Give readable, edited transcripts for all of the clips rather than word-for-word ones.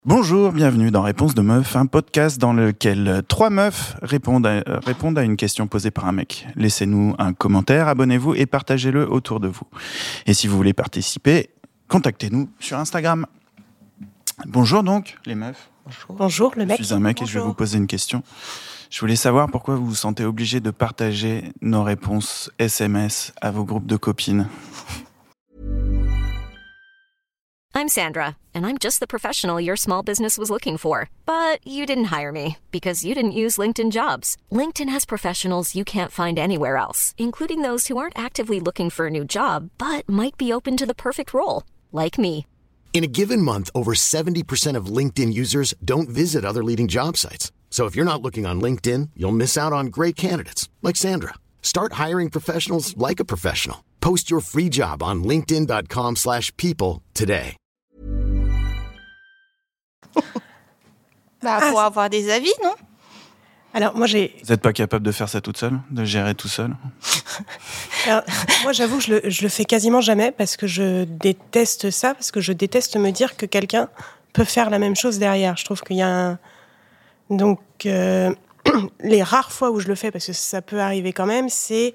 Bonjour, bienvenue dans Réponse de Meuf, un podcast dans lequel 3 meufs répondent à une question posée par un mec. Laissez-nous un commentaire, abonnez-vous et partagez-le autour de vous. Et si vous voulez participer, contactez-nous sur Instagram. Bonjour donc, les meufs. Bonjour, le mec. Je suis un mec et je vais vous poser une question. Je voulais savoir pourquoi vous vous sentez obligé de partager nos réponses SMS à vos groupes de copines. I'm Sandra, and I'm just the professional your small business was looking for. But you didn't hire me because you didn't use LinkedIn Jobs. LinkedIn has professionals you can't find anywhere else, including those who aren't actively looking for a new job, but might be open to the perfect role, like me. In a given month, over 70% of LinkedIn users don't visit other leading job sites. So if you're not looking on LinkedIn, you'll miss out on great candidates like Sandra. Start hiring professionals like a professional. Post your free job on linkedin.com/people today. Faut avoir des avis, non? Alors, Vous n'êtes pas capable de faire ça toute seule, de gérer tout seul? Alors, moi, j'avoue, je le fais quasiment jamais parce que je déteste ça, parce que je déteste me dire que quelqu'un peut faire la même chose derrière. Je trouve qu'il y a un... Donc, les rares fois où je le fais, parce que ça peut arriver quand même, c'est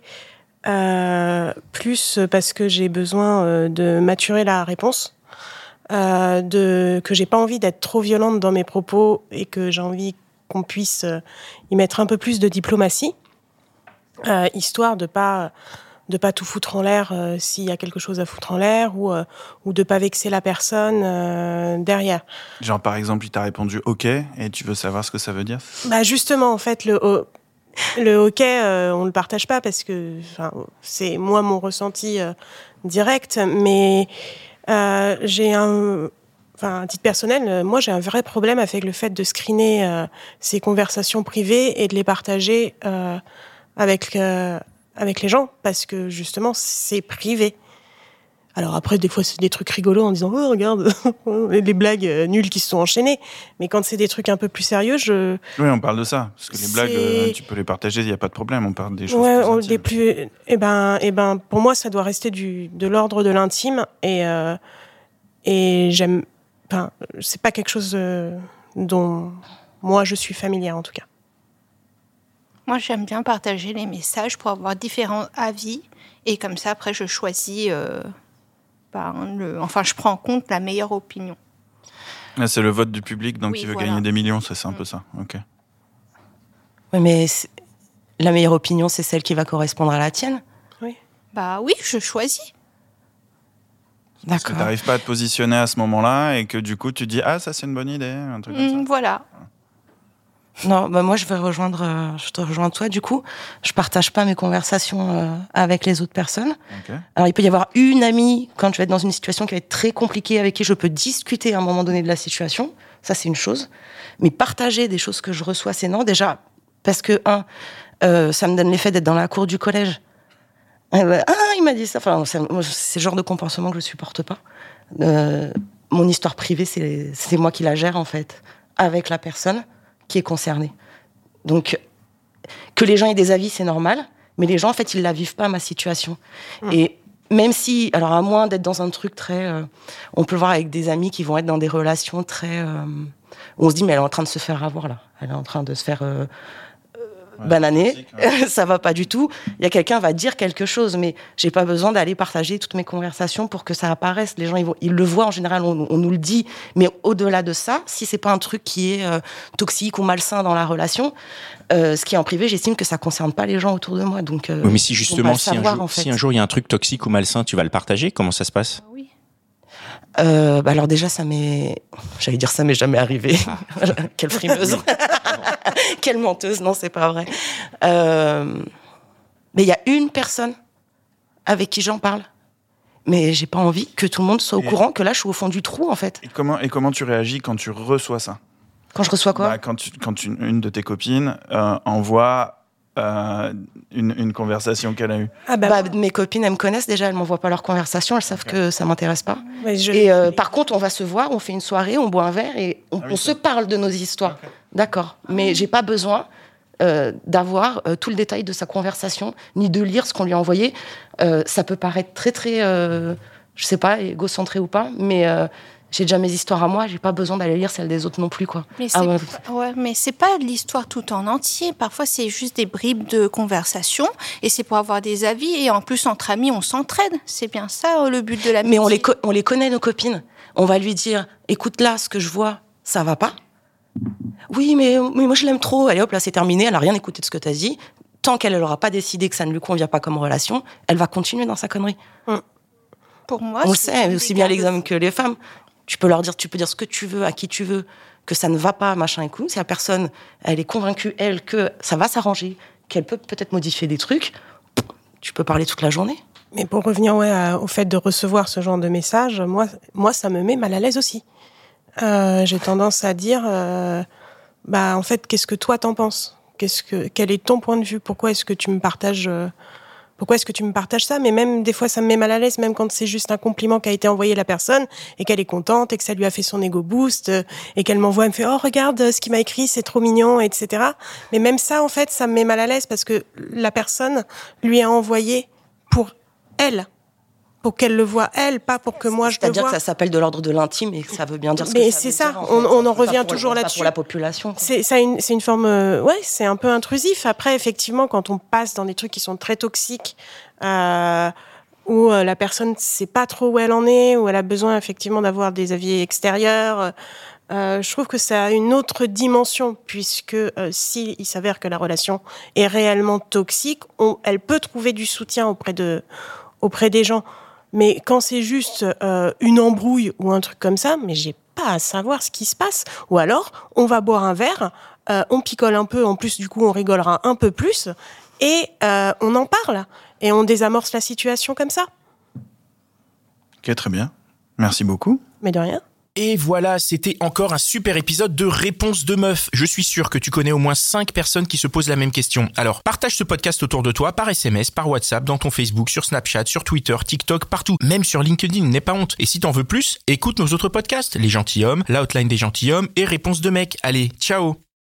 plus parce que j'ai besoin de maturer la réponse, que j'ai pas envie d'être trop violente dans mes propos et que j'ai envie qu'on puisse y mettre un peu plus de diplomatie, histoire de pas tout foutre en l'air s'il y a quelque chose à foutre en l'air ou de pas vexer la personne derrière. Genre par exemple, il t'a répondu OK et tu veux savoir ce que ça veut dire? Bah justement, en fait, le OK, on le partage pas parce que c'est moi mon ressenti direct, mais j'ai à titre personnel, moi j'ai un vrai problème avec le fait de screener ces conversations privées et de les partager avec les gens, parce que justement c'est privé. Alors après, des fois c'est des trucs rigolos en disant oh regarde les blagues nulles qui se sont enchaînées, mais quand c'est des trucs un peu plus sérieux, Oui, on parle de ça, parce que les blagues tu peux les partager, il y a pas de problème, on parle des choses plus intimes. Et ben pour moi ça doit rester de l'ordre de l'intime et j'aime. Enfin, c'est pas quelque chose dont moi je suis familière en tout cas. Moi, j'aime bien partager les messages pour avoir différents avis. Et comme ça, après, je choisis... je prends en compte la meilleure opinion. Là, c'est le vote du public, donc oui, qui veut voilà. gagner des millions, ça, c'est un peu ça. Ok. Oui, mais la meilleure opinion, c'est celle qui va correspondre à la tienne. Oui. Oui, je choisis. Parce que t'arrives pas à te positionner à ce moment-là et que du coup, tu dis « Ah, ça, c'est une bonne idée », un truc comme ça. Voilà. Non, moi je te rejoins toi du coup. Je partage pas mes conversations avec les autres personnes. Okay. Alors il peut y avoir une amie quand je vais être dans une situation qui va être très compliquée avec qui je peux discuter à un moment donné de la situation. Ça c'est une chose. Mais partager des choses que je reçois, c'est non. Déjà parce que ça me donne l'effet d'être dans la cour du collège. Il m'a dit ça. Enfin, c'est le genre de comportement que je supporte pas. Mon histoire privée, c'est moi qui la gère en fait avec la personne qui est concernée. Donc, que les gens aient des avis, c'est normal, mais les gens, en fait, ils la vivent pas, ma situation. Et même si, alors à moins d'être dans un truc très... on peut le voir avec des amis qui vont être dans des relations très... on se dit, mais elle est en train de se faire avoir, là. Elle est en train de se faire... bananer, ça va pas du tout. Il y a quelqu'un qui va dire quelque chose, mais j'ai pas besoin d'aller partager toutes mes conversations pour que ça apparaisse. Les gens, ils le voient en général, on nous le dit. Mais au-delà de ça, si c'est pas un truc qui est toxique ou malsain dans la relation, ce qui est en privé, j'estime que ça concerne pas les gens autour de moi. Donc, oui, mais si justement, si un jour il y a un truc toxique ou malsain, tu vas le partager, comment ça se passe? Oui. Alors déjà, ça m'est jamais arrivé. Quelle frimeuse. Quelle menteuse, non, c'est pas vrai. Mais il y a une personne avec qui j'en parle. Mais j'ai pas envie que tout le monde soit au courant que là, je suis au fond du trou, en fait. Et comment tu réagis quand tu reçois ça? Quand je reçois quoi? Quand une de tes copines envoie une conversation qu'elle a eue. Mes copines, elles me connaissent déjà, elles m'envoient pas leurs conversations, elles savent que ça m'intéresse pas. Par contre, on va se voir, on fait une soirée, on boit un verre et on se parle de nos histoires. Okay. D'accord. Mais j'ai pas besoin d'avoir tout le détail de sa conversation, ni de lire ce qu'on lui a envoyé. Ça peut paraître très, très, je sais pas, égocentré ou pas, mais J'ai déjà mes histoires à moi, j'ai pas besoin d'aller lire celles des autres non plus, quoi. Mais mais c'est pas l'histoire tout en entier. Parfois, c'est juste des bribes de conversation et c'est pour avoir des avis. Et en plus, entre amis, on s'entraide. C'est bien ça, le but de l'amitié. Mais on les connaît, nos copines. On va lui dire, écoute, là, ce que je vois, ça va pas. Oui, mais moi, je l'aime trop. Allez, hop, là, c'est terminé. Elle a rien écouté de ce que t'as dit. Tant qu'elle n'aura pas décidé que ça ne lui convient pas comme relation, elle va continuer dans sa connerie. Pour moi, on le sait, aussi bien les hommes que les femmes. Tu peux dire ce que tu veux, à qui tu veux, que ça ne va pas, machin et coup. Si la personne, elle est convaincue, elle, que ça va s'arranger, qu'elle peut peut-être modifier des trucs, tu peux parler toute la journée. Mais pour revenir au fait de recevoir ce genre de messages, moi ça me met mal à l'aise aussi. J'ai tendance à dire, en fait, qu'est-ce que toi t'en penses ? Quel est ton point de vue ? Pourquoi est-ce que tu me partages ça ? Mais même des fois ça me met mal à l'aise, même quand c'est juste un compliment qui a été envoyé à la personne et qu'elle est contente et que ça lui a fait son ego boost et qu'elle m'envoie, elle me fait « Oh regarde ce qu'il m'a écrit, c'est trop mignon », etc. Mais même ça, en fait, ça me met mal à l'aise parce que la personne lui a envoyé pour elle, pour qu'elle le voit elle, pas pour que moi je le vois. C'est-à-dire que ça s'appelle de l'ordre de l'intime et que ça veut bien dire ce que mais ça c'est veut ça, dire. On en revient toujours là-dessus. Pour la population. C'est une forme, c'est un peu intrusif. Après, effectivement, quand on passe dans des trucs qui sont très toxiques, où la personne ne sait pas trop où elle en est, où elle a besoin effectivement d'avoir des avis extérieurs, je trouve que ça a une autre dimension, puisque si il s'avère que la relation est réellement toxique, elle peut trouver du soutien auprès des gens. Mais quand c'est juste une embrouille ou un truc comme ça, mais j'ai pas à savoir ce qui se passe. Ou alors, on va boire un verre, on picole un peu, en plus du coup on rigolera un peu plus, et on en parle, et on désamorce la situation comme ça. Ok, très bien. Merci beaucoup. Mais de rien. Et voilà, c'était encore un super épisode de Réponse de Meuf. Je suis sûr que tu connais au moins 5 personnes qui se posent la même question. Alors, partage ce podcast autour de toi par SMS, par WhatsApp, dans ton Facebook, sur Snapchat, sur Twitter, TikTok, partout. Même sur LinkedIn, n'aie pas honte. Et si t'en veux plus, écoute nos autres podcasts. Les Gentilshommes, La Hotline des Gentilshommes et Réponse de Mec. Allez, ciao!